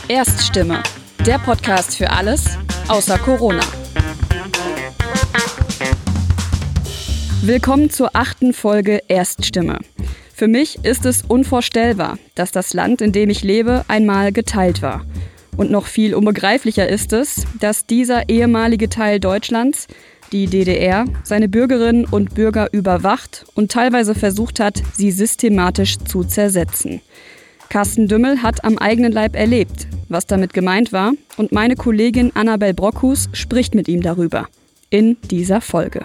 Erststimme, der Podcast für alles außer Corona. Willkommen zur 8. Folge Erststimme. Für mich ist es unvorstellbar, dass das Land, in dem ich lebe, einmal geteilt war. Und noch viel unbegreiflicher ist es, dass dieser ehemalige Teil Deutschlands, die DDR, seine Bürgerinnen und Bürger überwacht und teilweise versucht hat, sie systematisch zu zersetzen. Carsten Dümmel hat am eigenen Leib erlebt, was damit gemeint war, und meine Kollegin Annabel Brockhus spricht mit ihm darüber. In dieser Folge.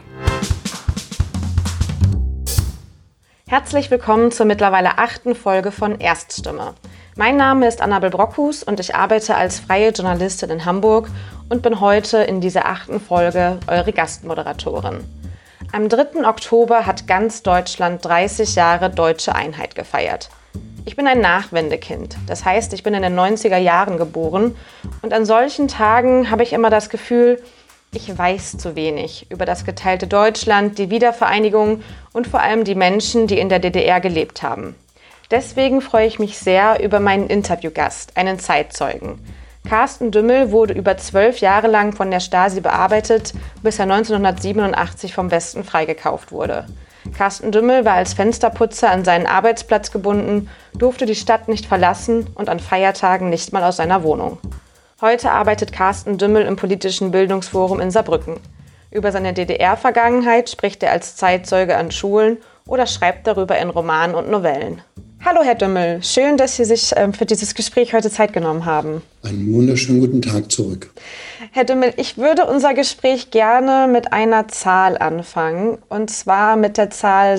Herzlich willkommen zur mittlerweile 8. Folge von Erststimme. Mein Name ist Annabel Brockhus und ich arbeite als freie Journalistin in Hamburg und bin heute in dieser 8. Folge eure Gastmoderatorin. Am 3. Oktober hat ganz Deutschland 30 Jahre deutsche Einheit gefeiert. Ich bin ein Nachwendekind, das heißt, ich bin in den 90er Jahren geboren und an solchen Tagen habe ich immer das Gefühl, ich weiß zu wenig über das geteilte Deutschland, die Wiedervereinigung und vor allem die Menschen, die in der DDR gelebt haben. Deswegen freue ich mich sehr über meinen Interviewgast, einen Zeitzeugen. Carsten Dümmel wurde über 12 Jahre lang von der Stasi bearbeitet, bis er 1987 vom Westen freigekauft wurde. Carsten Dümmel war als Fensterputzer an seinen Arbeitsplatz gebunden, durfte die Stadt nicht verlassen und an Feiertagen nicht mal aus seiner Wohnung. Heute arbeitet Carsten Dümmel im politischen Bildungsforum in Saarbrücken. Über seine DDR-Vergangenheit spricht er als Zeitzeuge an Schulen oder schreibt darüber in Romanen und Novellen. Hallo Herr Dümmel, schön, dass Sie sich für dieses Gespräch heute Zeit genommen haben. Einen wunderschönen guten Tag zurück. Herr Dümmel, ich würde unser Gespräch gerne mit einer Zahl anfangen, und zwar mit der Zahl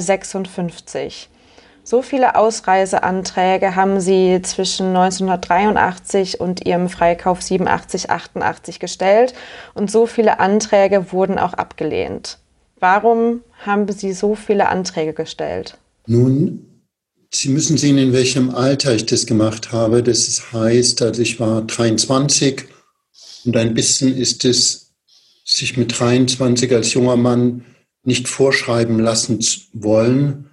56. So viele Ausreiseanträge haben Sie zwischen 1983 und Ihrem Freikauf 87, 88 gestellt und so viele Anträge wurden auch abgelehnt. Warum haben Sie so viele Anträge gestellt? Nun, Sie müssen sehen, in welchem Alter ich das gemacht habe. Das heißt, also ich war 23 und ein bisschen ist es, sich mit 23 als junger Mann nicht vorschreiben lassen zu wollen,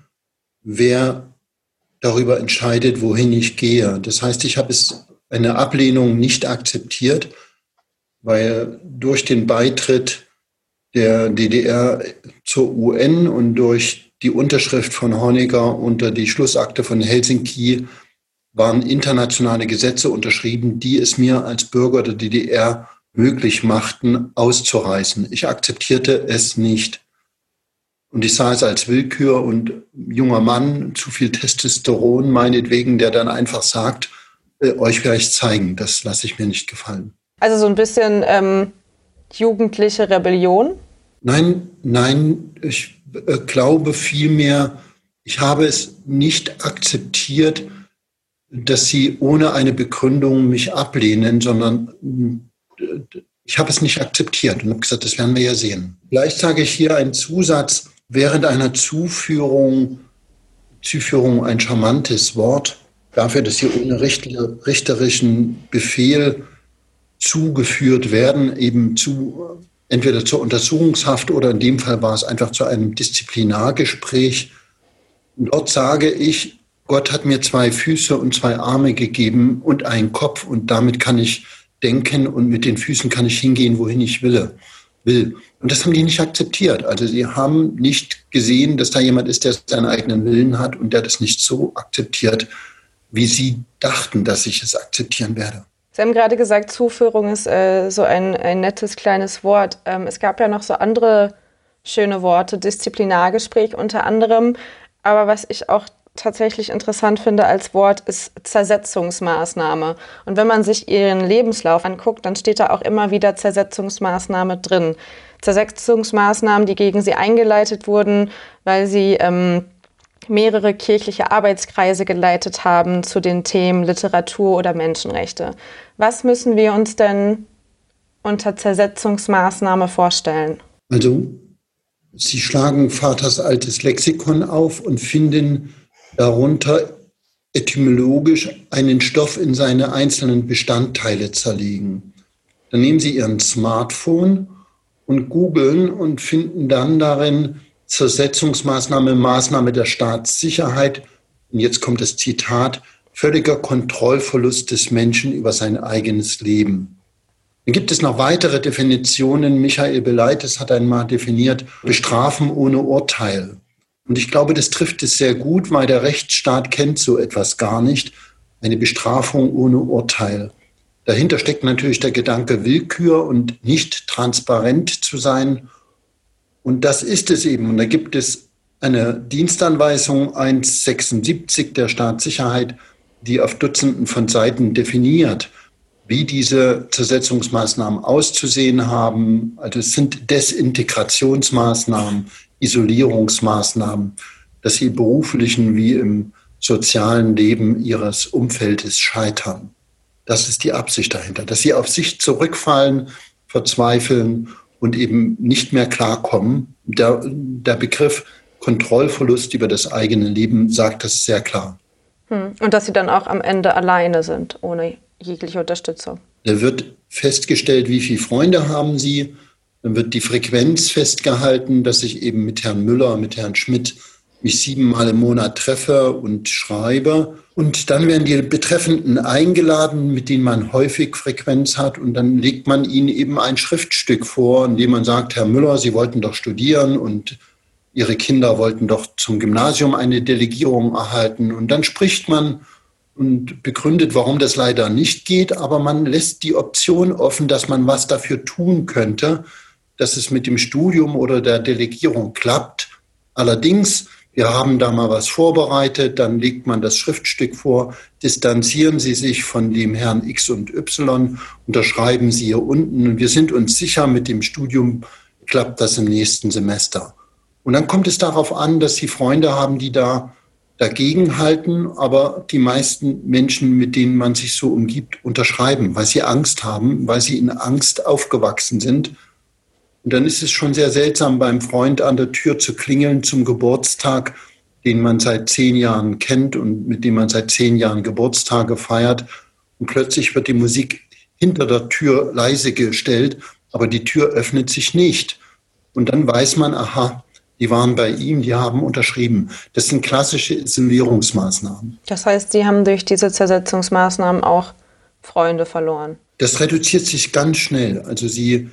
wer darüber entscheidet, wohin ich gehe. Das heißt, ich habe eine Ablehnung nicht akzeptiert, weil durch den Beitritt der DDR zur UN und durch die Unterschrift von Honecker unter die Schlussakte von Helsinki waren internationale Gesetze unterschrieben, die es mir als Bürger der DDR möglich machten, auszureisen. Ich akzeptierte es nicht. Und ich sah es als Willkür und junger Mann, zu viel Testosteron meinetwegen, der dann einfach sagt, euch werde ich zeigen, das lasse ich mir nicht gefallen. Also so ein bisschen jugendliche Rebellion? Nein, ich glaube vielmehr, ich habe es nicht akzeptiert, dass sie ohne eine Begründung mich ablehnen, sondern ich habe es nicht akzeptiert und habe gesagt, das werden wir ja sehen. Vielleicht sage ich hier einen Zusatz, während einer Zuführung ein charmantes Wort, dafür, dass sie ohne richterischen Befehl zugeführt werden, eben entweder zur Untersuchungshaft oder in dem Fall war es einfach zu einem Disziplinargespräch. Und dort sage ich, Gott hat mir 2 Füße und 2 Arme gegeben und einen Kopf und damit kann ich denken und mit den Füßen kann ich hingehen, wohin ich will. Und das haben die nicht akzeptiert. Also sie haben nicht gesehen, dass da jemand ist, der seinen eigenen Willen hat und der das nicht so akzeptiert, wie sie dachten, dass ich es akzeptieren werde. Sie haben gerade gesagt, Zuführung ist so ein nettes kleines Wort. Es gab ja noch so andere schöne Worte, Disziplinargespräch unter anderem. Aber was ich auch tatsächlich interessant finde als Wort, ist Zersetzungsmaßnahme. Und wenn man sich Ihren Lebenslauf anguckt, dann steht da auch immer wieder Zersetzungsmaßnahme drin. Zersetzungsmaßnahmen, die gegen Sie eingeleitet wurden, weil Sie mehrere kirchliche Arbeitskreise geleitet haben zu den Themen Literatur oder Menschenrechte. Was müssen wir uns denn unter Zersetzungsmaßnahme vorstellen? Also, Sie schlagen Vaters altes Lexikon auf und finden darunter etymologisch einen Stoff in seine einzelnen Bestandteile zerlegen. Dann nehmen Sie Ihren Smartphone und googeln und finden dann darin Zersetzungsmaßnahme, Maßnahme der Staatssicherheit. Und jetzt kommt das Zitat, völliger Kontrollverlust des Menschen über sein eigenes Leben. Dann gibt es noch weitere Definitionen. Michael Beleites hat einmal definiert, Bestrafen ohne Urteil. Und ich glaube, das trifft es sehr gut, weil der Rechtsstaat kennt so etwas gar nicht. Eine Bestrafung ohne Urteil. Dahinter steckt natürlich der Gedanke Willkür und nicht transparent zu sein. Und das ist es eben. Und da gibt es eine Dienstanweisung 176 der Staatssicherheit, die auf Dutzenden von Seiten definiert, wie diese Zersetzungsmaßnahmen auszusehen haben. Also es sind Desintegrationsmaßnahmen, Isolierungsmaßnahmen, dass sie im beruflichen wie im sozialen Leben ihres Umfeldes scheitern. Das ist die Absicht dahinter, dass sie auf sich zurückfallen, verzweifeln und eben nicht mehr klarkommen. Der Begriff Kontrollverlust über das eigene Leben sagt das sehr klar. Und dass sie dann auch am Ende alleine sind, ohne jegliche Unterstützung. Da wird festgestellt, wie viele Freunde haben sie. Dann wird die Frequenz festgehalten, dass ich eben mit Herrn Müller, mit Herrn Schmidt mich 7-mal im Monat treffe und schreibe. Und dann werden die Betreffenden eingeladen, mit denen man häufig Frequenz hat. Und dann legt man ihnen eben ein Schriftstück vor, in dem man sagt, Herr Müller, Sie wollten doch studieren und Ihre Kinder wollten doch zum Gymnasium eine Delegierung erhalten. Und dann spricht man und begründet, warum das leider nicht geht. Aber man lässt die Option offen, dass man was dafür tun könnte, dass es mit dem Studium oder der Delegierung klappt. Allerdings, wir haben da mal was vorbereitet, dann legt man das Schriftstück vor, distanzieren Sie sich von dem Herrn X und Y, unterschreiben Sie hier unten. Und wir sind uns sicher, mit dem Studium klappt das im nächsten Semester. Und dann kommt es darauf an, dass Sie Freunde haben, die da dagegen halten, aber die meisten Menschen, mit denen man sich so umgibt, unterschreiben, weil sie Angst haben, weil sie in Angst aufgewachsen sind. Und dann ist es schon sehr seltsam, beim Freund an der Tür zu klingeln zum Geburtstag, den man seit 10 Jahren kennt und mit dem man seit 10 Jahren Geburtstage feiert. Und plötzlich wird die Musik hinter der Tür leise gestellt, aber die Tür öffnet sich nicht. Und dann weiß man, aha, die waren bei ihm, die haben unterschrieben. Das sind klassische Isolierungsmaßnahmen. Das heißt, Sie haben durch diese Zersetzungsmaßnahmen auch Freunde verloren? Das reduziert sich ganz schnell. Also Sie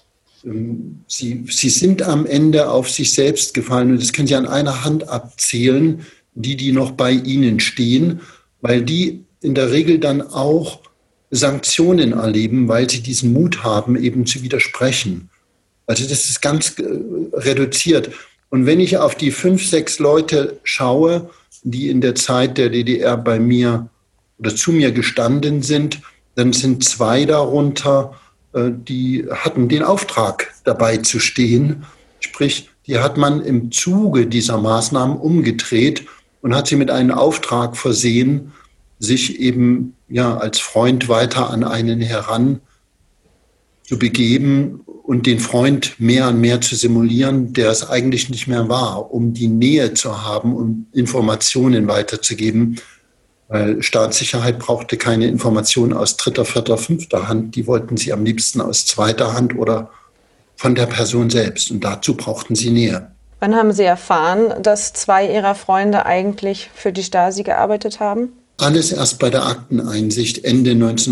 sind am Ende auf sich selbst gefallen und das können Sie an einer Hand abzählen, die noch bei Ihnen stehen, weil die in der Regel dann auch Sanktionen erleben, weil sie diesen Mut haben, eben zu widersprechen. Also das ist ganz reduziert. Und wenn ich auf die 5, 6 Leute schaue, die in der Zeit der DDR bei mir oder zu mir gestanden sind, dann sind 2 darunter, die hatten den Auftrag, dabei zu stehen. Sprich, die hat man im Zuge dieser Maßnahmen umgedreht und hat sie mit einem Auftrag versehen, sich eben als Freund weiter an einen heran zu begeben und den Freund mehr und mehr zu simulieren, der es eigentlich nicht mehr war, um die Nähe zu haben, um Informationen weiterzugeben. Weil Staatssicherheit brauchte keine Informationen aus 3., 4., 5. Hand. Die wollten sie am liebsten aus 2. Hand oder von der Person selbst. Und dazu brauchten sie Nähe. Wann haben Sie erfahren, dass 2 Ihrer Freunde eigentlich für die Stasi gearbeitet haben? Alles erst bei der Akteneinsicht Ende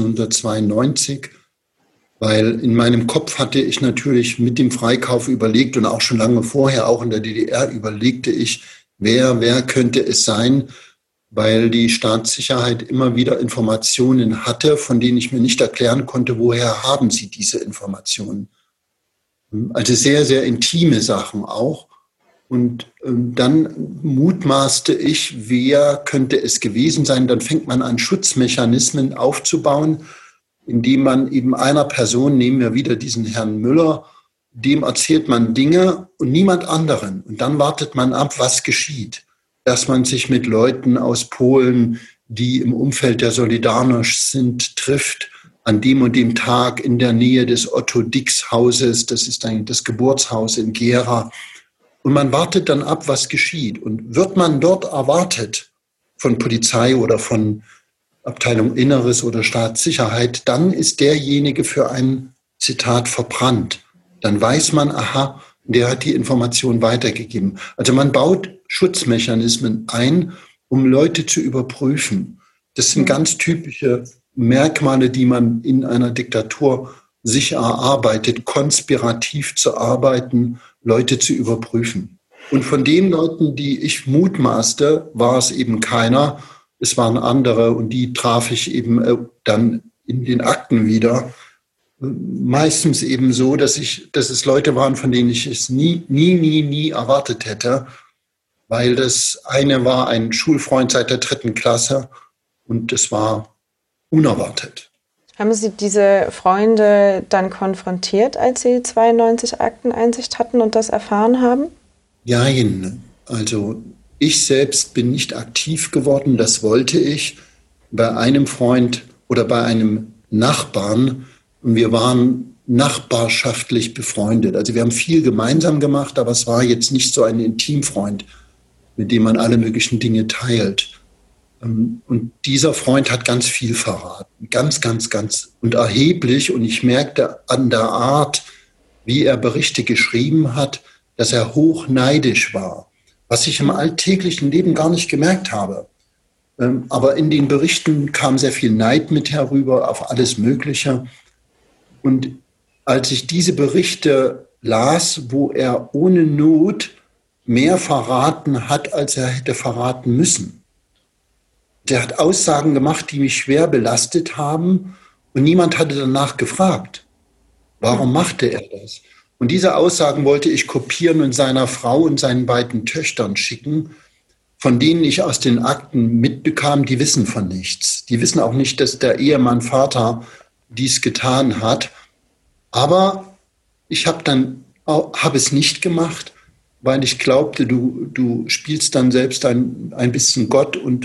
1992. Weil in meinem Kopf hatte ich natürlich mit dem Freikauf überlegt und auch schon lange vorher, auch in der DDR, überlegte ich, wer könnte es sein, weil die Staatssicherheit immer wieder Informationen hatte, von denen ich mir nicht erklären konnte, woher haben sie diese Informationen. Also sehr, sehr intime Sachen auch. Und dann mutmaßte ich, wer könnte es gewesen sein. Dann fängt man an, Schutzmechanismen aufzubauen, indem man eben einer Person, nehmen wir wieder diesen Herrn Müller, dem erzählt man Dinge und niemand anderen. Und dann wartet man ab, was geschieht. Dass man sich mit Leuten aus Polen, die im Umfeld der Solidarność sind, trifft, an dem und dem Tag in der Nähe des Otto-Dix-Hauses, das ist das Geburtshaus in Gera. Und man wartet dann ab, was geschieht. Und wird man dort erwartet von Polizei oder von Abteilung Inneres oder Staatssicherheit, dann ist derjenige für ein Zitat verbrannt. Dann weiß man, aha, der hat die Information weitergegeben. Also man baut Schutzmechanismen ein, um Leute zu überprüfen. Das sind ganz typische Merkmale, die man in einer Diktatur sich erarbeitet, konspirativ zu arbeiten, Leute zu überprüfen. Und von den Leuten, die ich mutmaßte, war es eben keiner. Es waren andere und die traf ich eben dann in den Akten wieder. Meistens eben so, dass es Leute waren, von denen ich es nie erwartet hätte. Weil das eine war ein Schulfreund seit der 3. Klasse und das war unerwartet. Haben Sie diese Freunde dann konfrontiert, als Sie 92 Akteneinsicht hatten und das erfahren haben? Nein, also ich selbst bin nicht aktiv geworden, das wollte ich. Bei einem Freund oder bei einem Nachbarn, und wir waren nachbarschaftlich befreundet. Also wir haben viel gemeinsam gemacht, aber es war jetzt nicht so ein Intimfreund, mit dem man alle möglichen Dinge teilt. Und dieser Freund hat ganz viel verraten, ganz und erheblich. Und ich merkte an der Art, wie er Berichte geschrieben hat, dass er hochneidisch war, was ich im alltäglichen Leben gar nicht gemerkt habe. Aber in den Berichten kam sehr viel Neid mit herüber auf alles Mögliche. Und als ich diese Berichte las, wo er ohne Not mehr verraten hat, als er hätte verraten müssen. Der hat Aussagen gemacht, die mich schwer belastet haben und niemand hatte danach gefragt. Warum machte er das? Und diese Aussagen wollte ich kopieren und seiner Frau und seinen beiden Töchtern schicken, von denen ich aus den Akten mitbekam, die wissen von nichts. Die wissen auch nicht, dass der Ehemann Vater dies getan hat. Aber ich habe es nicht gemacht, weil ich glaubte, du spielst dann selbst ein bisschen Gott und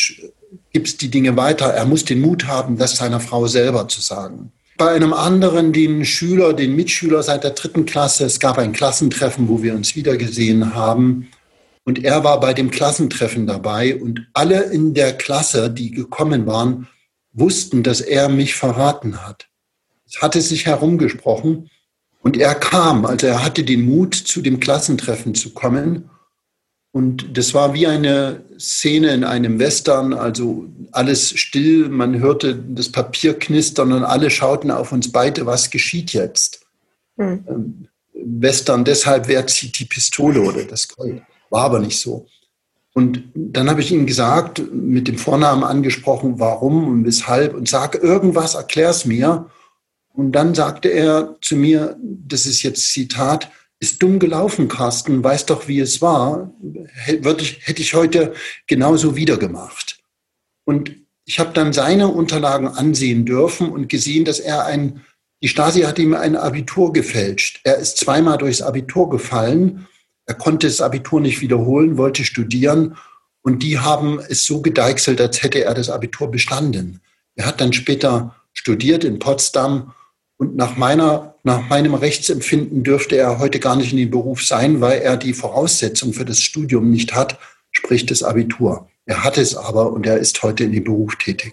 gibst die Dinge weiter. Er muss den Mut haben, das seiner Frau selber zu sagen. Bei einem anderen, den Mitschüler seit der 3. Klasse, es gab ein Klassentreffen, wo wir uns wiedergesehen haben. Und er war bei dem Klassentreffen dabei. Und alle in der Klasse, die gekommen waren, wussten, dass er mich verraten hat. Es hatte sich herumgesprochen. Und er kam, also er hatte den Mut, zu dem Klassentreffen zu kommen. Und das war wie eine Szene in einem Western, also alles still, man hörte das Papier knistern und alle schauten auf uns beide, was geschieht jetzt? Western deshalb, wer zieht die Pistole oder das Gold? War aber nicht so. Und dann habe ich ihm gesagt, mit dem Vornamen angesprochen, warum und weshalb und sag irgendwas, erklär's mir. Und dann sagte er zu mir, das ist jetzt Zitat, ist dumm gelaufen, Carsten, weiß doch, wie es war, hätte ich heute genauso wieder gemacht. Und ich habe dann seine Unterlagen ansehen dürfen und gesehen, dass die Stasi hat ihm ein Abitur gefälscht. Er ist zweimal durchs Abitur gefallen, er konnte das Abitur nicht wiederholen, wollte studieren und die haben es so gedeichselt, als hätte er das Abitur bestanden. Er hat dann später studiert in Potsdam. Und nach meinem Rechtsempfinden dürfte er heute gar nicht in den Beruf sein, weil er die Voraussetzung für das Studium nicht hat, sprich das Abitur. Er hat es aber und er ist heute in dem Beruf tätig.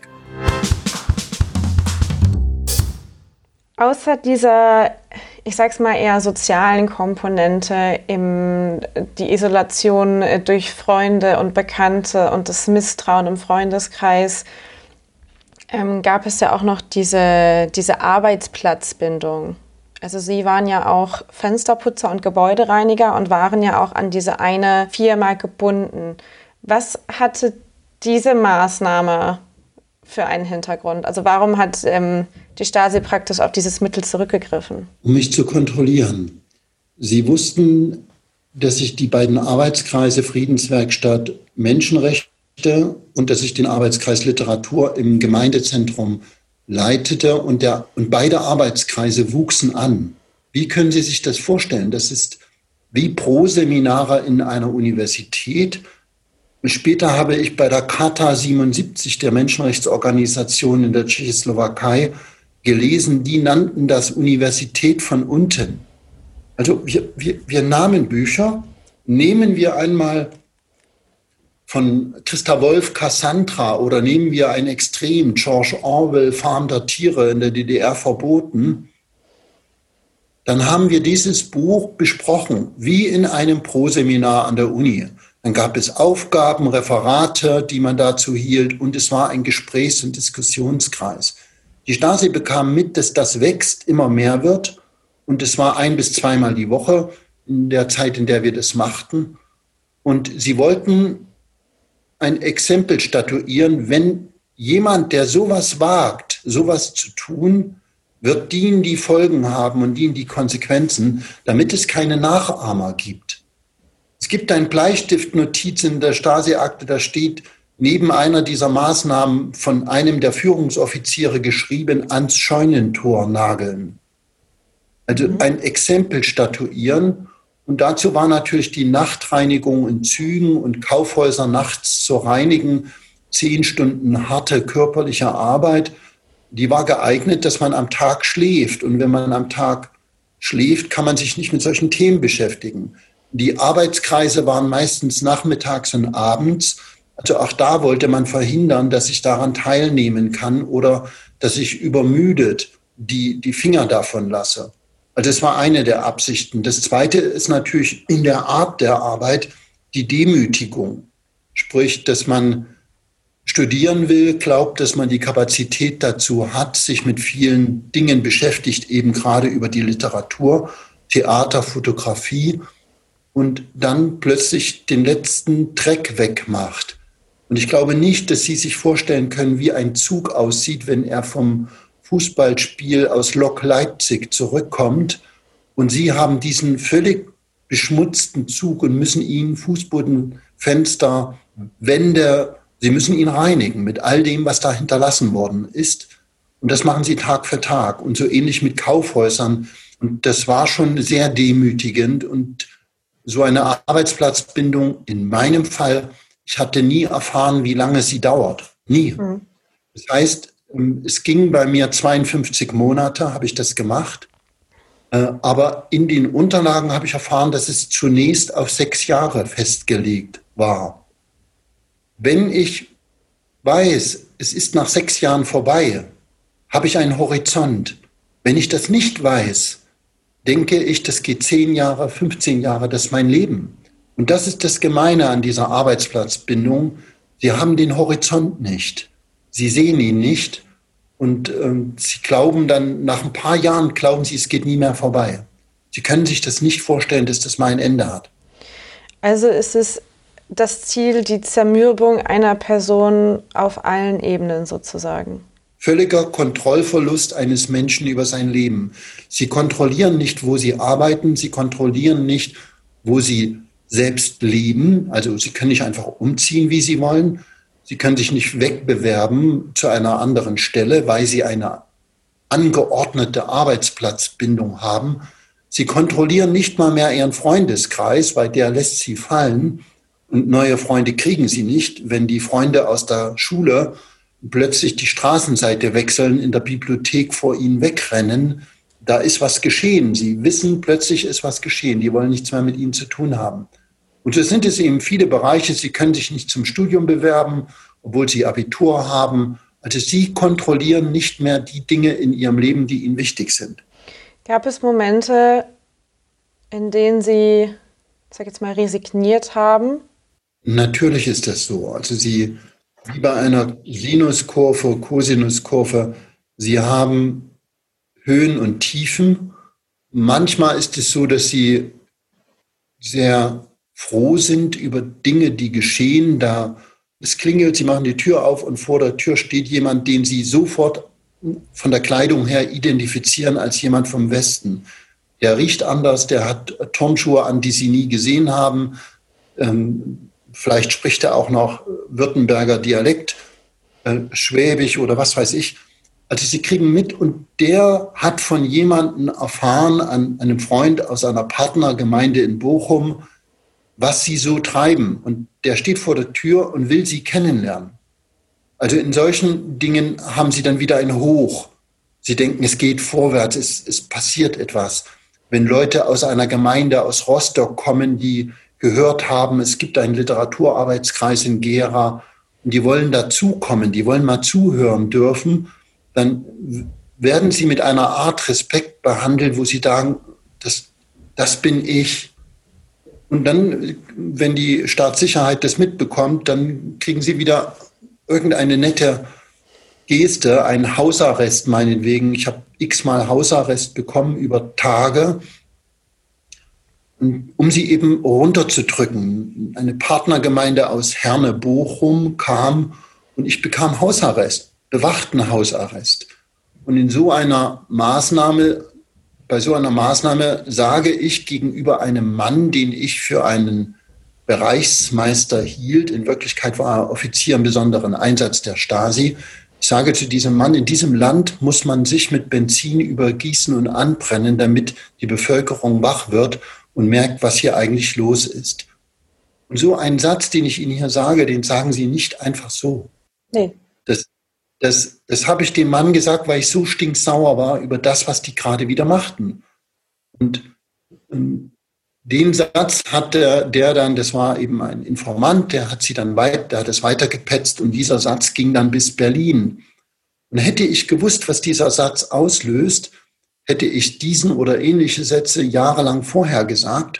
Außer dieser, ich sag's mal eher sozialen Komponente, die Isolation durch Freunde und Bekannte und das Misstrauen im Freundeskreis, gab es ja auch noch diese Arbeitsplatzbindung. Also Sie waren ja auch Fensterputzer und Gebäudereiniger und waren ja auch an diese eine Firma gebunden. Was hatte diese Maßnahme für einen Hintergrund? Also warum hat die Stasi praktisch auf dieses Mittel zurückgegriffen? Um mich zu kontrollieren. Sie wussten, dass ich die beiden Arbeitskreise Friedenswerkstatt Menschenrechte und dass ich den Arbeitskreis Literatur im Gemeindezentrum leitete und beide Arbeitskreise wuchsen an. Wie können Sie sich das vorstellen? Das ist wie Pro-Seminare in einer Universität. Später habe ich bei der Charta 77 der Menschenrechtsorganisation in der Tschechoslowakei gelesen, die nannten das Universität von unten. Also wir nahmen Bücher, nehmen wir einmal von Christa Wolf Cassandra oder nehmen wir ein Extrem, George Orwell, Farm der Tiere in der DDR verboten, dann haben wir dieses Buch besprochen, wie in einem Proseminar an der Uni. Dann gab es Aufgaben, Referate, die man dazu hielt, und es war ein Gesprächs- und Diskussionskreis. Die Stasi bekam mit, dass das wächst, immer mehr wird, und es war 1- bis 2-mal die Woche in der Zeit, in der wir das machten. Und sie wollten ein Exempel statuieren: Wenn jemand, der sowas wagt, sowas zu tun, wird die Folgen haben und die Konsequenzen, damit es keine Nachahmer gibt. Es gibt eine Bleistiftnotiz in der Stasi-Akte, da steht neben einer dieser Maßnahmen von einem der Führungsoffiziere geschrieben: ans Scheunentor nageln. Also ein Exempel statuieren. Und dazu war natürlich die Nachtreinigung in Zügen und Kaufhäusern nachts zu reinigen, 10 Stunden harte körperliche Arbeit, die war geeignet, dass man am Tag schläft. Und wenn man am Tag schläft, kann man sich nicht mit solchen Themen beschäftigen. Die Arbeitskreise waren meistens nachmittags und abends. Also auch da wollte man verhindern, dass ich daran teilnehmen kann oder dass ich übermüdet die Finger davon lasse. Also das war eine der Absichten. Das Zweite ist natürlich in der Art der Arbeit die Demütigung. Sprich, dass man studieren will, glaubt, dass man die Kapazität dazu hat, sich mit vielen Dingen beschäftigt, eben gerade über die Literatur, Theater, Fotografie, und dann plötzlich den letzten Dreck wegmacht. Und ich glaube nicht, dass Sie sich vorstellen können, wie ein Zug aussieht, wenn er vom Fußballspiel aus Lok Leipzig zurückkommt und Sie haben diesen völlig beschmutzten Zug und müssen ihn Fußboden, Fenster, Wände, Sie müssen ihn reinigen mit all dem, was da hinterlassen worden ist. Und das machen Sie Tag für Tag. Und so ähnlich mit Kaufhäusern. Und das war schon sehr demütigend. Und so eine Arbeitsplatzbindung in meinem Fall, ich hatte nie erfahren, wie lange sie dauert. Nie. Das heißt, es ging bei mir 52 Monate, habe ich das gemacht. Aber in den Unterlagen habe ich erfahren, dass es zunächst auf 6 Jahre festgelegt war. Wenn ich weiß, es ist nach 6 Jahren vorbei, habe ich einen Horizont. Wenn ich das nicht weiß, denke ich, das geht 10 Jahre, 15 Jahre, das ist mein Leben. Und das ist das Gemeine an dieser Arbeitsplatzbindung. Sie haben den Horizont nicht. Sie sehen ihn nicht. Und Sie glauben dann, nach ein paar Jahren glauben Sie, es geht nie mehr vorbei. Sie können sich das nicht vorstellen, dass das mal ein Ende hat. Also ist es das Ziel, die Zermürbung einer Person auf allen Ebenen sozusagen? Völliger Kontrollverlust eines Menschen über sein Leben. Sie kontrollieren nicht, wo Sie arbeiten. Sie kontrollieren nicht, wo Sie selbst leben. Also Sie können nicht einfach umziehen, wie Sie wollen. Sie können sich nicht wegbewerben zu einer anderen Stelle, weil Sie eine angeordnete Arbeitsplatzbindung haben. Sie kontrollieren nicht mal mehr Ihren Freundeskreis, weil der lässt Sie fallen. Und neue Freunde kriegen Sie nicht, wenn die Freunde aus der Schule plötzlich die Straßenseite wechseln, in der Bibliothek vor Ihnen wegrennen. Da ist was geschehen. Sie wissen, plötzlich ist was geschehen. Die wollen nichts mehr mit Ihnen zu tun haben. Und so sind es eben viele Bereiche. Sie können sich nicht zum Studium bewerben, obwohl Sie Abitur haben. Also Sie kontrollieren nicht mehr die Dinge in Ihrem Leben, die Ihnen wichtig sind. Gab es Momente, in denen Sie, ich sag jetzt mal, resigniert haben? Natürlich ist das so. Also Sie, wie bei einer Sinuskurve, Kosinuskurve, Sie haben Höhen und Tiefen. Manchmal ist es so, dass Sie sehr froh sind über Dinge, die geschehen. Da es klingelt, Sie machen die Tür auf und vor der Tür steht jemand, den Sie sofort von der Kleidung her identifizieren als jemand vom Westen. Der riecht anders, der hat Turnschuhe an, die Sie nie gesehen haben. Vielleicht spricht er auch noch Württemberger Dialekt, Schwäbisch oder was weiß ich. Also Sie kriegen mit, und der hat von jemandem erfahren, an einem Freund aus einer Partnergemeinde in Bochum, was Sie so treiben. Und der steht vor der Tür und will Sie kennenlernen. Also in solchen Dingen haben Sie dann wieder ein Hoch. Sie denken, es geht vorwärts, es passiert etwas. Wenn Leute aus einer Gemeinde aus Rostock kommen, die gehört haben, es gibt einen Literaturarbeitskreis in Gera und die wollen dazukommen, die wollen mal zuhören dürfen, dann werden sie mit einer Art Respekt behandelt, wo sie sagen, das bin ich. Und dann, wenn die Staatssicherheit das mitbekommt, dann kriegen sie wieder irgendeine nette Geste, einen Hausarrest meinetwegen. Ich habe x-mal Hausarrest bekommen über Tage, um sie eben runterzudrücken. Eine Partnergemeinde aus Herne-Bochum kam und ich bekam Hausarrest, bewachten Hausarrest. Und bei so einer Maßnahme sage ich gegenüber einem Mann, den ich für einen Bereichsmeister hielt, in Wirklichkeit war er Offizier im besonderen Einsatz der Stasi, ich sage zu diesem Mann, in diesem Land muss man sich mit Benzin übergießen und anbrennen, damit die Bevölkerung wach wird und merkt, was hier eigentlich los ist. Und so einen Satz, den ich Ihnen hier sage, den sagen Sie nicht einfach so. Nee. Das habe ich dem Mann gesagt, weil ich so stinksauer war über das, was die gerade wieder machten. Und den Satz hat der dann, das war eben ein Informant, der hat es weitergepetzt und dieser Satz ging dann bis Berlin. Und hätte ich gewusst, was dieser Satz auslöst, hätte ich diesen oder ähnliche Sätze jahrelang vorher gesagt,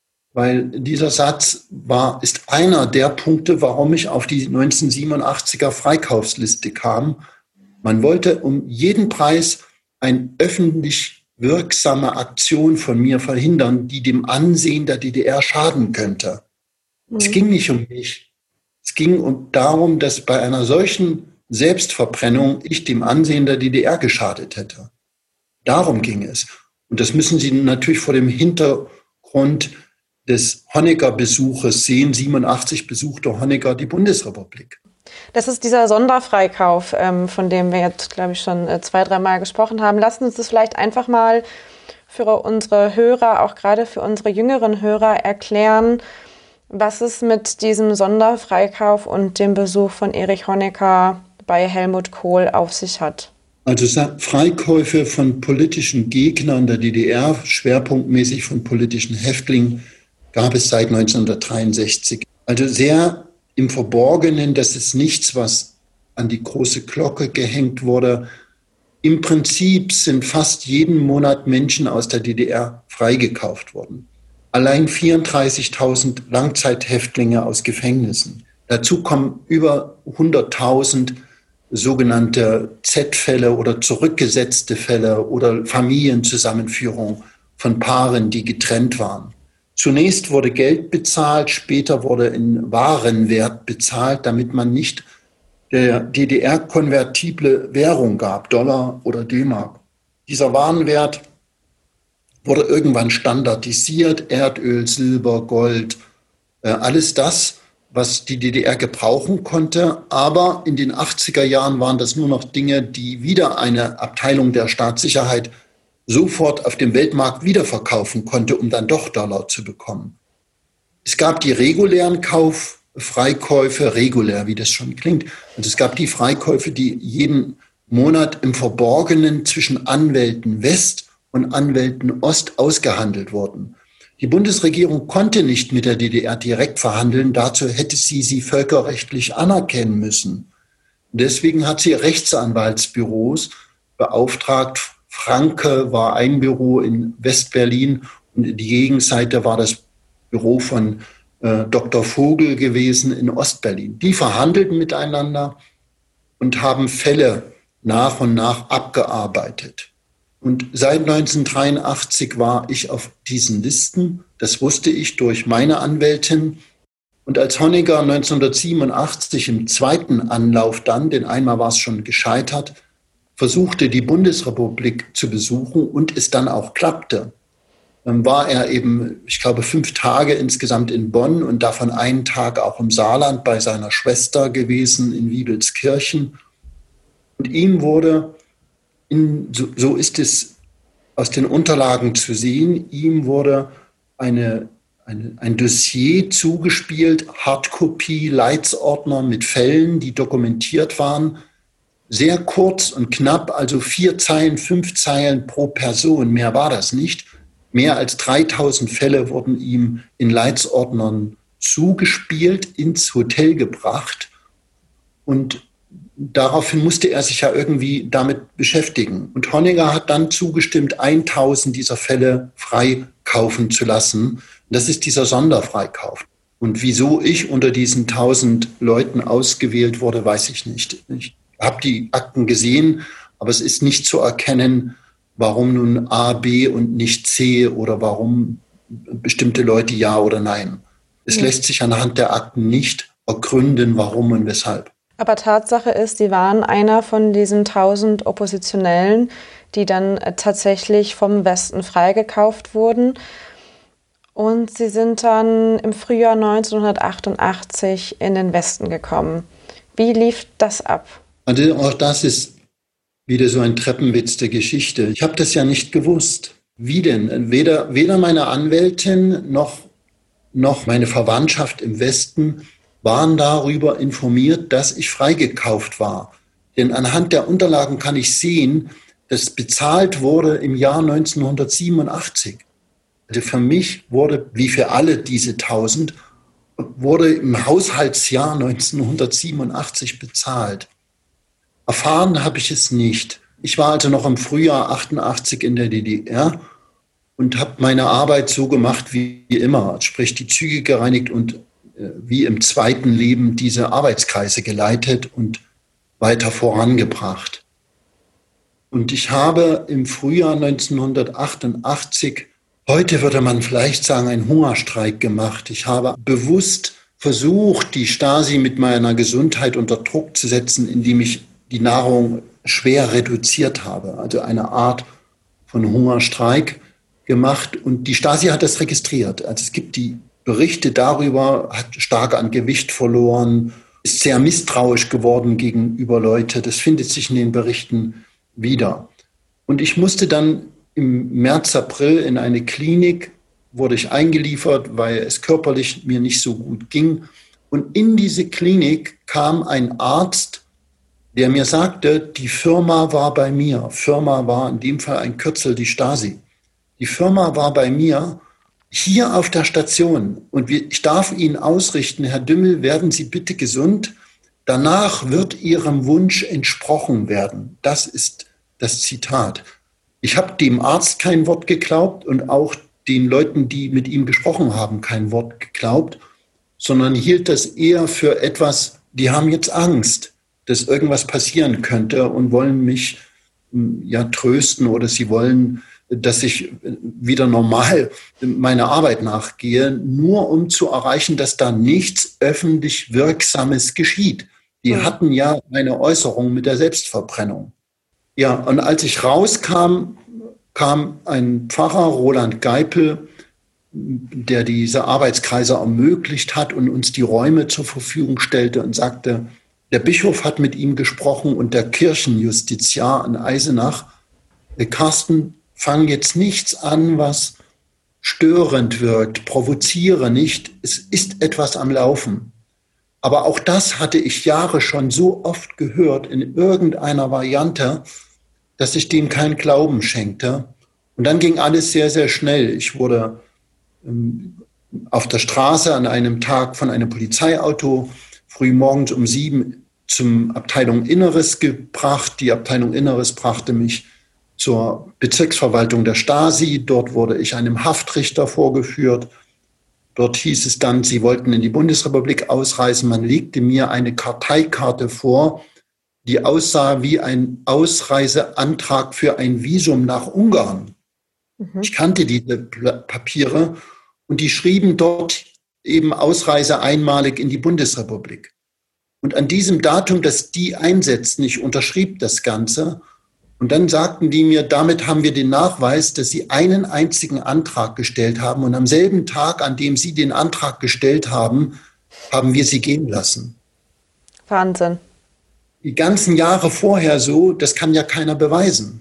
weil dieser Satz ist einer der Punkte, warum ich auf die 1987er Freikaufsliste kam. Man wollte um jeden Preis eine öffentlich wirksame Aktion von mir verhindern, die dem Ansehen der DDR schaden könnte. Es ging nicht um mich. Es ging darum, dass bei einer solchen Selbstverbrennung ich dem Ansehen der DDR geschadet hätte. Darum ging es. Und das müssen Sie natürlich vor dem Hintergrund des Honecker-Besuches sehen. 87 besuchte Honecker die Bundesrepublik. Das ist dieser Sonderfreikauf, von dem wir jetzt, glaube ich, schon 2-3 Mal gesprochen haben. Lassen Sie uns das vielleicht einfach mal für unsere Hörer, auch gerade für unsere jüngeren Hörer, erklären, was es mit diesem Sonderfreikauf und dem Besuch von Erich Honecker bei Helmut Kohl auf sich hat. Also Freikäufe von politischen Gegnern der DDR, schwerpunktmäßig von politischen Häftlingen, gab es seit 1963. Also sehr im Verborgenen, das ist nichts, was an die große Glocke gehängt wurde. Im Prinzip sind fast jeden Monat Menschen aus der DDR freigekauft worden. Allein 34.000 Langzeithäftlinge aus Gefängnissen. Dazu kommen über 100.000 sogenannte Z-Fälle oder zurückgesetzte Fälle oder Familienzusammenführung von Paaren, die getrennt waren. Zunächst wurde Geld bezahlt, später wurde in Warenwert bezahlt, damit man nicht der DDR konvertible Währung gab, Dollar oder D-Mark. Dieser Warenwert wurde irgendwann standardisiert, Erdöl, Silber, Gold, alles das, was die DDR gebrauchen konnte. Aber in den 80er Jahren waren das nur noch Dinge, die wieder eine Abteilung der Staatssicherheit sofort auf dem Weltmarkt wiederverkaufen konnte, um dann doch Dollar zu bekommen. Es gab die regulären Freikäufe, regulär, wie das schon klingt. Also es gab die Freikäufe, die jeden Monat im Verborgenen zwischen Anwälten West und Anwälten Ost ausgehandelt wurden. Die Bundesregierung konnte nicht mit der DDR direkt verhandeln, dazu hätte sie völkerrechtlich anerkennen müssen. Deswegen hat sie Rechtsanwaltsbüros beauftragt. Franke war ein Büro in Westberlin und die Gegenseite war das Büro von Dr. Vogel gewesen in Ostberlin. Die verhandelten miteinander und haben Fälle nach und nach abgearbeitet. Und seit 1983 war ich auf diesen Listen. Das wusste ich durch meine Anwältin. Und als Honecker 1987 im zweiten Anlauf dann, denn einmal war es schon gescheitert, versuchte, die Bundesrepublik zu besuchen und es dann auch klappte, dann war er eben, ich glaube, 5 Tage insgesamt in Bonn und davon einen Tag auch im Saarland bei seiner Schwester gewesen in Wiebelskirchen. Und ihm wurde, so ist es aus den Unterlagen zu sehen, ihm wurde ein Dossier zugespielt, Hardkopie, Leitsordner mit Fällen, die dokumentiert waren, sehr kurz und knapp, also 4 Zeilen, 5 Zeilen pro Person, mehr war das nicht. Mehr als 3000 Fälle wurden ihm in Leitsordnern zugespielt, ins Hotel gebracht. Und daraufhin musste er sich ja irgendwie damit beschäftigen. Und Honegger hat dann zugestimmt, 1000 dieser Fälle freikaufen zu lassen. Das ist dieser Sonderfreikauf. Und wieso ich unter diesen 1000 Leuten ausgewählt wurde, weiß ich nicht. Ich habe die Akten gesehen, aber es ist nicht zu erkennen, warum nun A, B und nicht C oder warum bestimmte Leute ja oder nein. Es lässt sich anhand der Akten nicht ergründen, warum und weshalb. Aber Tatsache ist, Sie waren einer von diesen 1000 Oppositionellen, die dann tatsächlich vom Westen freigekauft wurden. Und Sie sind dann im Frühjahr 1988 in den Westen gekommen. Wie lief das ab? Also auch das ist wieder so ein Treppenwitz der Geschichte. Ich habe das ja nicht gewusst. Wie denn? Weder meine Anwältin noch meine Verwandtschaft im Westen waren darüber informiert, dass ich freigekauft war. Denn anhand der Unterlagen kann ich sehen, dass bezahlt wurde im Jahr 1987. Also für mich wurde, wie für alle diese 1000, wurde im Haushaltsjahr 1987 bezahlt. Erfahren habe ich es nicht. Ich war also noch im Frühjahr 88 in der DDR und habe meine Arbeit so gemacht wie immer, sprich die Züge gereinigt und wie im zweiten Leben diese Arbeitskreise geleitet und weiter vorangebracht. Und ich habe im Frühjahr 1988, heute würde man vielleicht sagen, einen Hungerstreik gemacht. Ich habe bewusst versucht, die Stasi mit meiner Gesundheit unter Druck zu setzen, indem ich die Nahrung schwer reduziert habe. Also eine Art von Hungerstreik gemacht. Und die Stasi hat das registriert. Also es gibt die Berichte darüber, hat stark an Gewicht verloren, ist sehr misstrauisch geworden gegenüber Leute. Das findet sich in den Berichten wieder. Und ich musste dann im März, April in eine Klinik, wurde ich eingeliefert, weil es körperlich mir nicht so gut ging. Und in diese Klinik kam ein Arzt, der mir sagte, die Firma war bei mir. Firma war in dem Fall ein Kürzel, die Stasi. Die Firma war bei mir hier auf der Station und ich darf Ihnen ausrichten, Herr Dümmel, werden Sie bitte gesund. Danach wird Ihrem Wunsch entsprochen werden. Das ist das Zitat. Ich habe dem Arzt kein Wort geglaubt und auch den Leuten, die mit ihm gesprochen haben, kein Wort geglaubt, sondern hielt das eher für etwas, die haben jetzt Angst, dass irgendwas passieren könnte und wollen mich trösten oder sie wollen, dass ich wieder normal meiner Arbeit nachgehe, nur um zu erreichen, dass da nichts öffentlich Wirksames geschieht. Die hatten ja eine Äußerung mit der Selbstverbrennung. Ja, und als ich rauskam, kam ein Pfarrer, Roland Geipel, der diese Arbeitskreise ermöglicht hat und uns die Räume zur Verfügung stellte und sagte, der Bischof hat mit ihm gesprochen und der Kirchenjustiziar in Eisenach, Carsten, fang jetzt nichts an, was störend wirkt, provoziere nicht, es ist etwas am Laufen. Aber auch das hatte ich Jahre schon so oft gehört in irgendeiner Variante, dass ich dem keinen Glauben schenkte. Und dann ging alles sehr, sehr schnell. Ich wurde auf der Straße an einem Tag von einem Polizeiauto früh morgens um 7 zum Abteilung Inneres gebracht. Die Abteilung Inneres brachte mich zur Bezirksverwaltung der Stasi. Dort wurde ich einem Haftrichter vorgeführt. Dort hieß es dann, sie wollten in die Bundesrepublik ausreisen. Man legte mir eine Karteikarte vor, die aussah wie ein Ausreiseantrag für ein Visum nach Ungarn. Ich kannte diese Papiere und die schrieben dort eben Ausreise einmalig in die Bundesrepublik. Und an diesem Datum, das die einsetzten, ich unterschrieb das Ganze. Und dann sagten die mir, damit haben wir den Nachweis, dass sie einen einzigen Antrag gestellt haben. Und am selben Tag, an dem sie den Antrag gestellt haben, haben wir sie gehen lassen. Wahnsinn. Die ganzen Jahre vorher so, das kann ja keiner beweisen.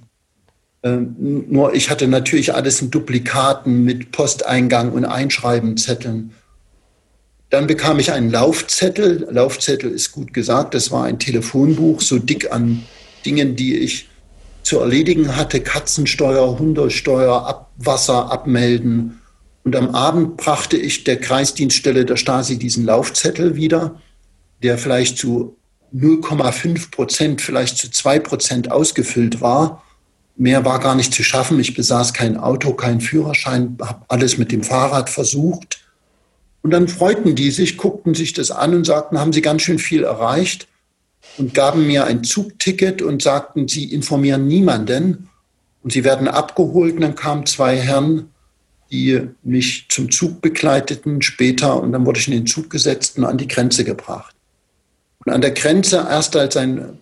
Nur ich hatte natürlich alles in Duplikaten mit Posteingang und Einschreibenzetteln. Dann bekam ich einen Laufzettel. Laufzettel ist gut gesagt, das war ein Telefonbuch, so dick an Dingen, die ich zu erledigen hatte, Katzensteuer, Hundesteuer, Abwasser abmelden. Und am Abend brachte ich der Kreisdienststelle der Stasi diesen Laufzettel wieder, der vielleicht zu 0,5%, vielleicht zu 2% ausgefüllt war. Mehr war gar nicht zu schaffen. Ich besaß kein Auto, keinen Führerschein, habe alles mit dem Fahrrad versucht. Und dann freuten die sich, guckten sich das an und sagten, haben Sie ganz schön viel erreicht, und gaben mir ein Zugticket und sagten, Sie informieren niemanden und Sie werden abgeholt. Und dann kamen 2 Herren, die mich zum Zug begleiteten später, und dann wurde ich in den Zug gesetzt und an die Grenze gebracht. Und an der Grenze, erst als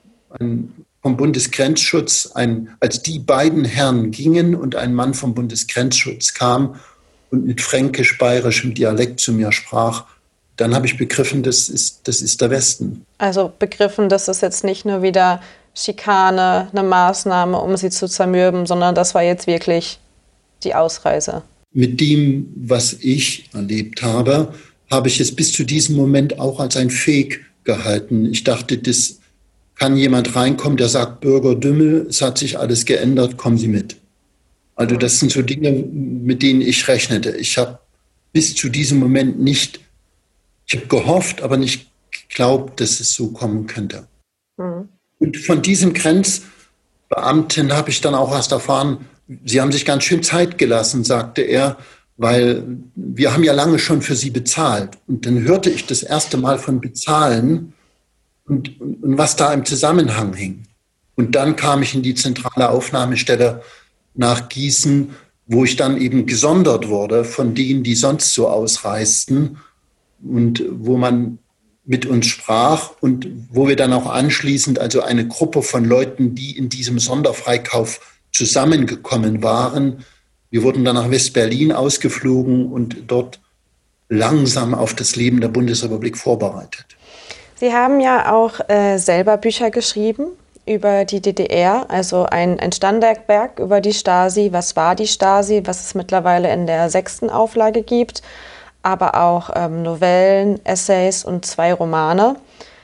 vom Bundesgrenzschutz, als die beiden Herren gingen und ein Mann vom Bundesgrenzschutz kam und mit fränkisch-bayerischem Dialekt zu mir sprach, dann habe ich begriffen, das ist der Westen. Also begriffen, das ist jetzt nicht nur wieder Schikane, eine Maßnahme, um sie zu zermürben, sondern das war jetzt wirklich die Ausreise. Mit dem, was ich erlebt habe, habe ich es bis zu diesem Moment auch als ein Fake gehalten. Ich dachte, das kann jemand reinkommen, der sagt, Bürger Dümmel, es hat sich alles geändert, kommen Sie mit. Also das sind so Dinge, mit denen ich rechnete. Ich habe bis zu diesem Moment ich habe gehofft, aber nicht geglaubt, dass es so kommen könnte. Mhm. Und von diesem Grenzbeamten habe ich dann auch erst erfahren, Sie haben sich ganz schön Zeit gelassen, sagte er, weil wir haben ja lange schon für Sie bezahlt. Und dann hörte ich das erste Mal von Bezahlen und was da im Zusammenhang hing. Und dann kam ich in die zentrale Aufnahmestelle nach Gießen, wo ich dann eben gesondert wurde von denen, die sonst so ausreisten, und wo man mit uns sprach und wo wir dann auch anschließend, also eine Gruppe von Leuten, die in diesem Sonderfreikauf zusammengekommen waren, wir wurden dann nach West-Berlin ausgeflogen und dort langsam auf das Leben der Bundesrepublik vorbereitet. Sie haben ja auch selber Bücher geschrieben über die DDR, also ein Standardwerk über die Stasi. Was war die Stasi, was es mittlerweile in der 6. Auflage gibt, aber auch Novellen, Essays und 2 Romane.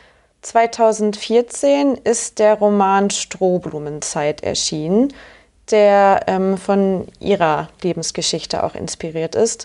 2014 ist der Roman Strohblumenzeit erschienen, der von Ihrer Lebensgeschichte auch inspiriert ist.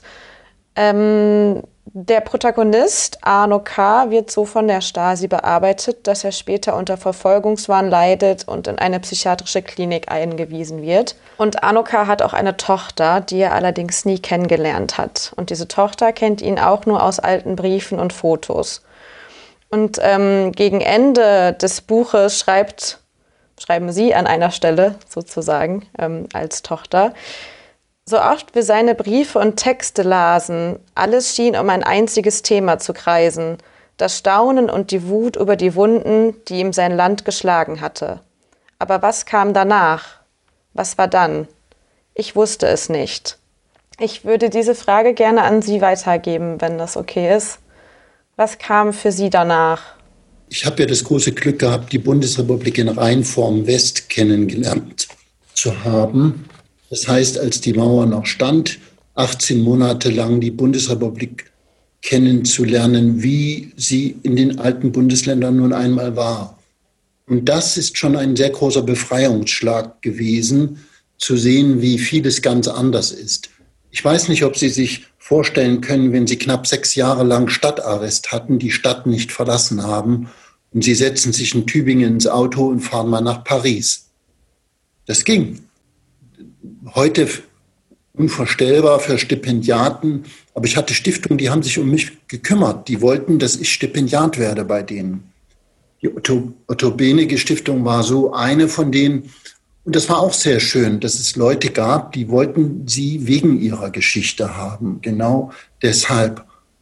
Der Protagonist, Arno K., wird so von der Stasi bearbeitet, dass er später unter Verfolgungswahn leidet und in eine psychiatrische Klinik eingewiesen wird. Und Arno K. hat auch eine Tochter, die er allerdings nie kennengelernt hat. Und diese Tochter kennt ihn auch nur aus alten Briefen und Fotos. Und gegen Ende des Buches schreiben Sie an einer Stelle sozusagen als Tochter: So oft wir seine Briefe und Texte lasen, alles schien um ein einziges Thema zu kreisen: das Staunen und die Wut über die Wunden, die ihm sein Land geschlagen hatte. Aber was kam danach? Was war dann? Ich wusste es nicht. Ich würde diese Frage gerne an Sie weitergeben, wenn das okay ist. Was kam für Sie danach? Ich habe ja das große Glück gehabt, die Bundesrepublik in Reinform West kennengelernt zu haben. Das heißt, als die Mauer noch stand, 18 Monate lang die Bundesrepublik kennenzulernen, wie sie in den alten Bundesländern nun einmal war. Und das ist schon ein sehr großer Befreiungsschlag gewesen, zu sehen, wie vieles ganz anders ist. Ich weiß nicht, ob Sie sich vorstellen können, wenn Sie knapp 6 Jahre lang Stadtarrest hatten, die Stadt nicht verlassen haben, und Sie setzen sich in Tübingen ins Auto und fahren mal nach Paris. Das ging. Heute unvorstellbar für Stipendiaten, aber ich hatte Stiftungen, die haben sich um mich gekümmert. Die wollten, dass ich Stipendiat werde bei denen. Die Otto-Benecke-Stiftung war so eine von denen. Und das war auch sehr schön, dass es Leute gab, die wollten sie wegen ihrer Geschichte haben. Genau deshalb.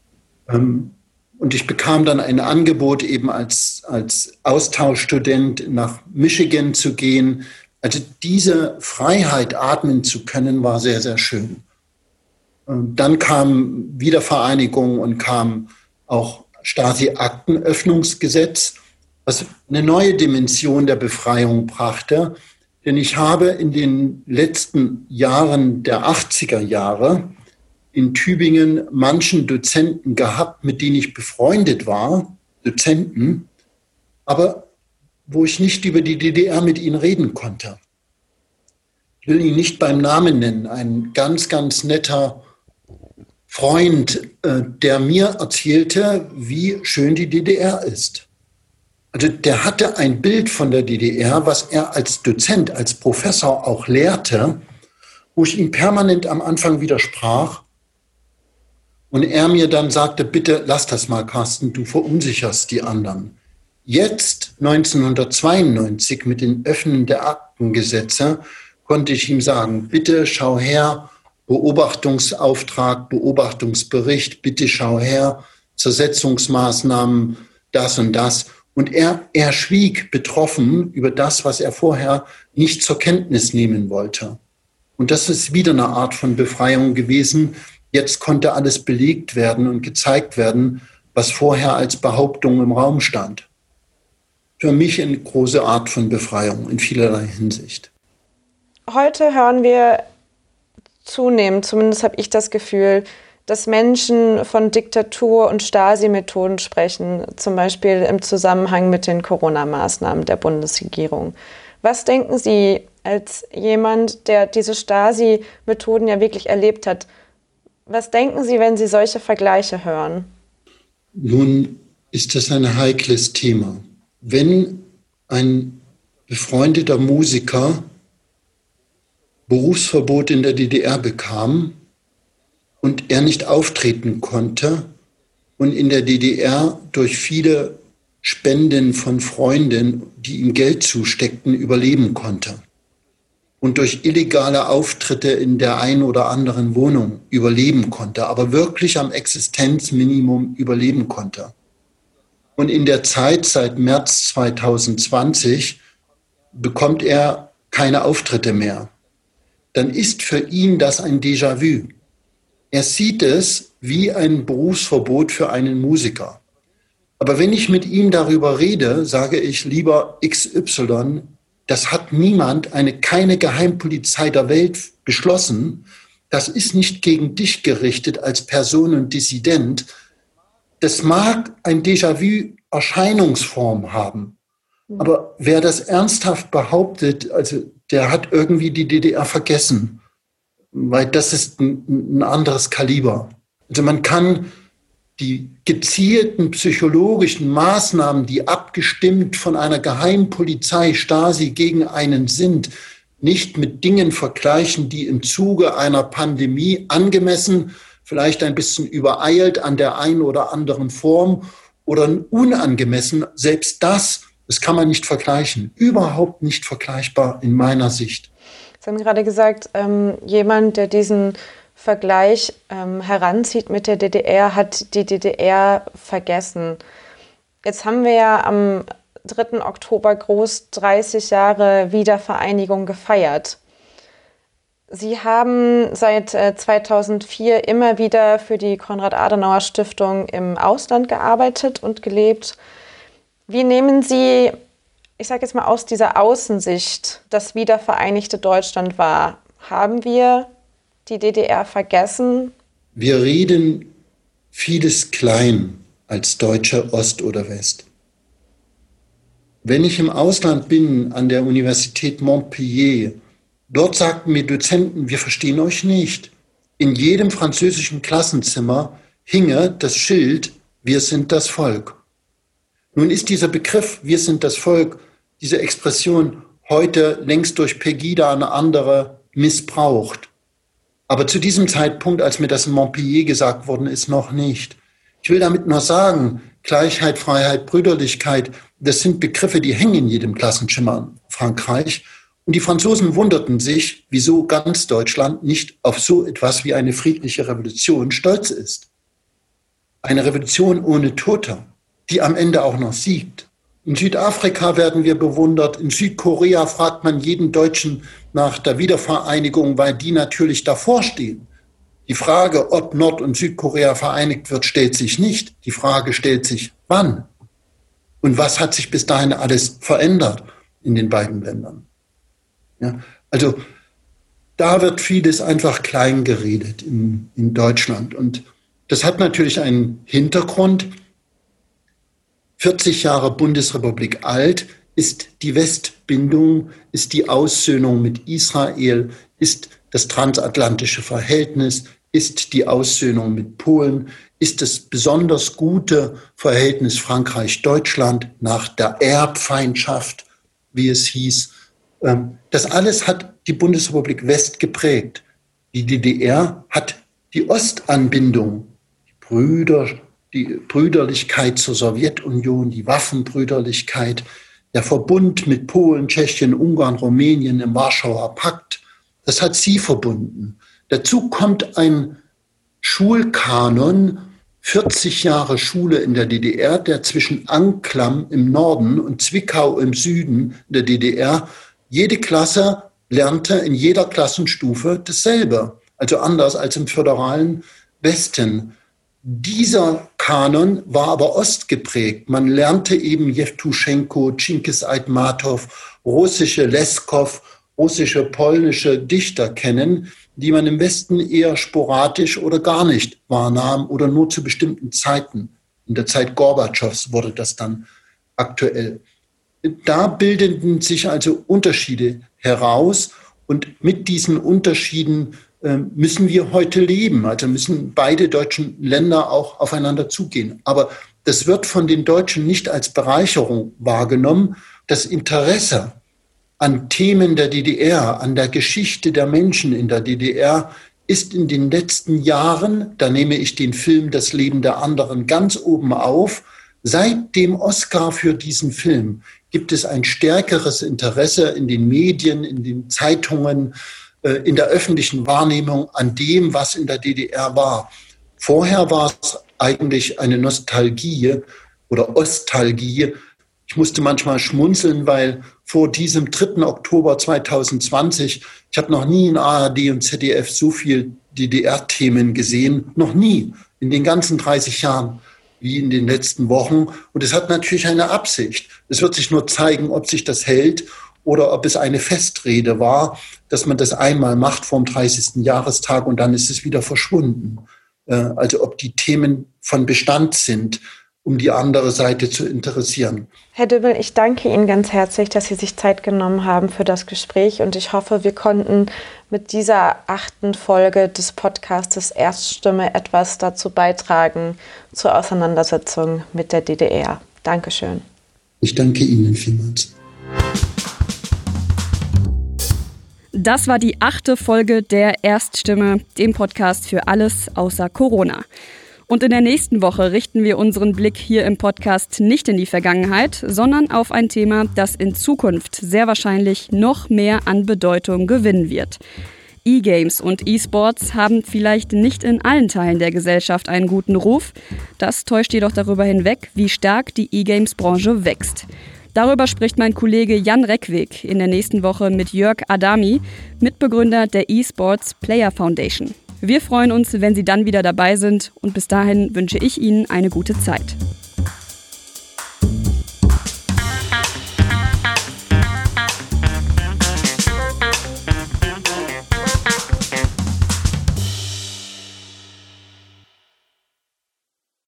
Und ich bekam dann ein Angebot, eben als Austauschstudent nach Michigan zu gehen. Also diese Freiheit atmen zu können, war sehr, sehr schön. Und dann kam Wiedervereinigung und kam auch Stasi-Aktenöffnungsgesetz, was eine neue Dimension der Befreiung brachte. Denn ich habe in den letzten Jahren der 80er Jahre in Tübingen manchen Dozenten gehabt, mit denen ich befreundet war, Dozenten, aber wo ich nicht über die DDR mit ihnen reden konnte. Ich will ihn nicht beim Namen nennen, ein ganz, ganz netter Freund, der mir erzählte, wie schön die DDR ist. Also der hatte ein Bild von der DDR, was er als Dozent, als Professor auch lehrte, wo ich ihm permanent am Anfang widersprach und er mir dann sagte, bitte lass das mal, Carsten, du verunsicherst die anderen. Jetzt, 1992, mit den Öffnen der Aktengesetze, konnte ich ihm sagen, bitte schau her, Beobachtungsauftrag, Beobachtungsbericht, bitte schau her, Zersetzungsmaßnahmen, das und das. Und er schwieg betroffen über das, was er vorher nicht zur Kenntnis nehmen wollte. Und das ist wieder eine Art von Befreiung gewesen. Jetzt konnte alles belegt werden und gezeigt werden, was vorher als Behauptung im Raum stand. Für mich eine große Art von Befreiung in vielerlei Hinsicht. Heute hören wir zunehmend, zumindest habe ich das Gefühl, dass Menschen von Diktatur- und Stasi-Methoden sprechen, zum Beispiel im Zusammenhang mit den Corona-Maßnahmen der Bundesregierung. Was denken Sie als jemand, der diese Stasi-Methoden ja wirklich erlebt hat? Was denken Sie, wenn Sie solche Vergleiche hören? Nun ist das ein heikles Thema. Wenn ein befreundeter Musiker Berufsverbot in der DDR bekam und er nicht auftreten konnte und in der DDR durch viele Spenden von Freunden, die ihm Geld zusteckten, überleben konnte und durch illegale Auftritte in der einen oder anderen Wohnung überleben konnte, aber wirklich am Existenzminimum überleben konnte. Und in der Zeit seit März 2020 bekommt er keine Auftritte mehr. Dann ist für ihn das ein Déjà-vu. Er sieht es wie ein Berufsverbot für einen Musiker. Aber wenn ich mit ihm darüber rede, sage ich lieber XY, das hat niemand, keine Geheimpolizei der Welt beschlossen. Das ist nicht gegen dich gerichtet als Person und Dissident. Das mag ein Déjà-vu-Erscheinungsform haben. Aber wer das ernsthaft behauptet, also der hat irgendwie die DDR vergessen. Weil das ist ein anderes Kaliber. Also man kann die gezielten psychologischen Maßnahmen, die abgestimmt von einer Geheimpolizei Stasi gegen einen sind, nicht mit Dingen vergleichen, die im Zuge einer Pandemie angemessen, vielleicht ein bisschen übereilt an der einen oder anderen Form oder unangemessen, selbst das kann man nicht vergleichen. Überhaupt nicht vergleichbar in meiner Sicht. Sie haben gerade gesagt, jemand, der diesen Vergleich heranzieht mit der DDR, hat die DDR vergessen. Jetzt haben wir ja am 3. Oktober groß 30 Jahre Wiedervereinigung gefeiert. Sie haben seit 2004 immer wieder für die Konrad-Adenauer-Stiftung im Ausland gearbeitet und gelebt. Wie nehmen Sie, ich sage jetzt mal aus dieser Außensicht, das wiedervereinigte Deutschland wahr? Haben wir die DDR vergessen? Wir reden vieles klein als Deutsche, Ost oder West. Wenn ich im Ausland bin, an der Universität Montpellier, dort sagten mir Dozenten, wir verstehen euch nicht. In jedem französischen Klassenzimmer hinge das Schild, wir sind das Volk. Nun ist dieser Begriff, wir sind das Volk, diese Expression heute längst durch Pegida eine andere missbraucht. Aber zu diesem Zeitpunkt, als mir das in Montpellier gesagt worden ist, noch nicht. Ich will damit nur sagen, Gleichheit, Freiheit, Brüderlichkeit, das sind Begriffe, die hängen in jedem Klassenzimmer in Frankreich. Und die Franzosen wunderten sich, wieso ganz Deutschland nicht auf so etwas wie eine friedliche Revolution stolz ist. Eine Revolution ohne Tote, die am Ende auch noch siegt. In Südafrika werden wir bewundert. In Südkorea fragt man jeden Deutschen nach der Wiedervereinigung, weil die natürlich davor stehen. Die Frage, ob Nord- und Südkorea vereinigt wird, stellt sich nicht. Die Frage stellt sich, wann? Und was hat sich bis dahin alles verändert in den beiden Ländern? Ja, also da wird vieles einfach klein geredet in Deutschland. Und das hat natürlich einen Hintergrund. 40 Jahre Bundesrepublik alt ist die Westbindung, ist die Aussöhnung mit Israel, ist das transatlantische Verhältnis, ist die Aussöhnung mit Polen, ist das besonders gute Verhältnis Frankreich-Deutschland nach der Erbfeindschaft, wie es hieß. Das alles hat die Bundesrepublik West geprägt. Die DDR hat die Ostanbindung, die Brüderlichkeit zur Sowjetunion, die Waffenbrüderlichkeit, der Verbund mit Polen, Tschechien, Ungarn, Rumänien im Warschauer Pakt, das hat sie verbunden. Dazu kommt ein Schulkanon, 40 Jahre Schule in der DDR, der zwischen Anklam im Norden und Zwickau im Süden der DDR, jede Klasse lernte in jeder Klassenstufe dasselbe, also anders als im föderalen Westen. Dieser Kanon war aber ostgeprägt. Man lernte eben Jewtuschenko, Dschingis Aitmatov, russische Leskow, russische, polnische Dichter kennen, die man im Westen eher sporadisch oder gar nicht wahrnahm oder nur zu bestimmten Zeiten. In der Zeit Gorbatschows wurde das dann aktuell. Da bildeten sich also Unterschiede heraus und mit diesen Unterschieden müssen wir heute leben. Also müssen beide deutschen Länder auch aufeinander zugehen. Aber das wird von den Deutschen nicht als Bereicherung wahrgenommen. Das Interesse an Themen der DDR, an der Geschichte der Menschen in der DDR ist in den letzten Jahren, da nehme ich den Film Das Leben der anderen ganz oben auf, seit dem Oscar für diesen Film gibt es ein stärkeres Interesse in den Medien, in den Zeitungen, in der öffentlichen Wahrnehmung an dem, was in der DDR war. Vorher war es eigentlich eine Nostalgie oder Ostalgie. Ich musste manchmal schmunzeln, weil vor diesem 3. Oktober 2020, ich habe noch nie in ARD und ZDF so viel DDR-Themen gesehen, noch nie in den ganzen 30 Jahren wie in den letzten Wochen. Und es hat natürlich eine Absicht. Es wird sich nur zeigen, ob sich das hält oder ob es eine Festrede war, dass man das einmal macht vom 30. Jahrestag und dann ist es wieder verschwunden. Also ob die Themen von Bestand sind, um die andere Seite zu interessieren. Herr Dümmel, ich danke Ihnen ganz herzlich, dass Sie sich Zeit genommen haben für das Gespräch und ich hoffe, wir konnten mit dieser 8. Folge des Podcastes Erststimme etwas dazu beitragen zur Auseinandersetzung mit der DDR. Dankeschön. Ich danke Ihnen vielmals. Das war die 8. Folge der Erststimme, dem Podcast für alles außer Corona. Und in der nächsten Woche richten wir unseren Blick hier im Podcast nicht in die Vergangenheit, sondern auf ein Thema, das in Zukunft sehr wahrscheinlich noch mehr an Bedeutung gewinnen wird. E-Games und E-Sports haben vielleicht nicht in allen Teilen der Gesellschaft einen guten Ruf. Das täuscht jedoch darüber hinweg, wie stark die E-Games-Branche wächst. Darüber spricht mein Kollege Jan Reckweg in der nächsten Woche mit Jörg Adami, Mitbegründer der eSports Player Foundation. Wir freuen uns, wenn Sie dann wieder dabei sind und bis dahin wünsche ich Ihnen eine gute Zeit.